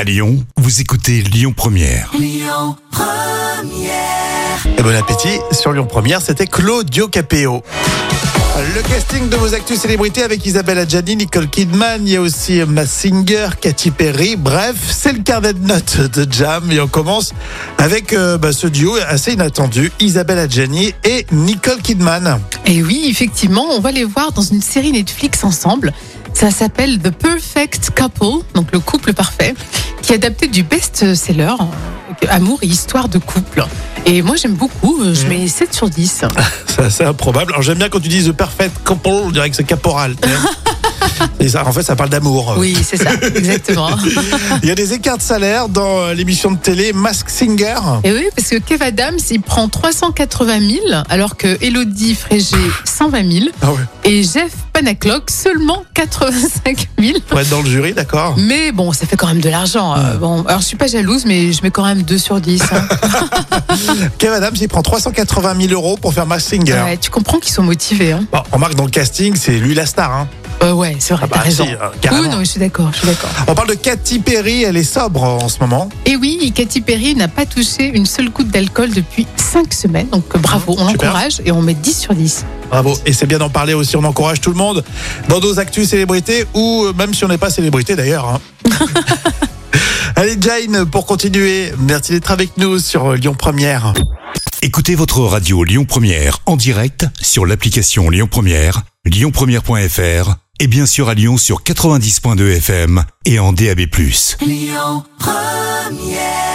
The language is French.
À Lyon, vous écoutez Lyon Première. Et bon appétit sur Lyon Première, c'était Claudio Capéo. Le casting de vos actus célébrités avec Isabelle Adjani, Nicole Kidman, il y a aussi Masked Singer, Katy Perry. Bref, c'est le carnet de notes de Jam et on commence avec ce duo assez inattendu, Isabelle Adjani et Nicole Kidman. Et oui, effectivement, on va les voir dans une série Netflix ensemble. Ça s'appelle The Perfect Couple, donc le couple parfait, qui est adapté du best-seller Amour et histoire de couple. Et moi, j'aime beaucoup, je mets 7 sur 10. C'est assez improbable. Alors j'aime bien quand tu dis The Perfect Couple, on dirait que c'est caporal. Et ça, en fait, ça parle d'amour. Oui, c'est ça, exactement. Il y a des écarts de salaire dans l'émission de télé Masked Singer. Et oui, parce que Kev Adams, il prend 380 000, alors que Élodie Frégé, 120 000. Ah ouais. Et Jeff Panaclock, seulement 85 000. Pour être dans le jury, d'accord. Mais bon, ça fait quand même de l'argent. Bon, alors je suis pas jalouse, mais je mets quand même 2 sur 10. Kev Adams, il prend 380 000 euros pour faire Masked Singer. Ouais, tu comprends qu'ils sont motivés. Hein. Bon, remarque, dans le casting, c'est lui la star. Hein. Ouais, c'est vrai, t'as raison. Si, carrément. Oui, non, je suis d'accord. On parle de Katy Perry, elle est sobre en ce moment. Et oui, Katy Perry n'a pas touché une seule goutte d'alcool depuis 5 semaines. Donc bravo, on Super. l'encourage et on met 10 sur 10. Bravo. Et c'est bien d'en parler aussi, on encourage tout le monde dans nos actus célébrités ou même si on n'est pas célébrité d'ailleurs. Hein. Allez Jane, pour continuer, merci d'être avec nous sur Lyon Première. Écoutez votre radio Lyon Première en direct sur l'application Lyon Première, lyonpremière.fr et bien sûr à Lyon sur 90.2 FM et en DAB+. Lyon Première.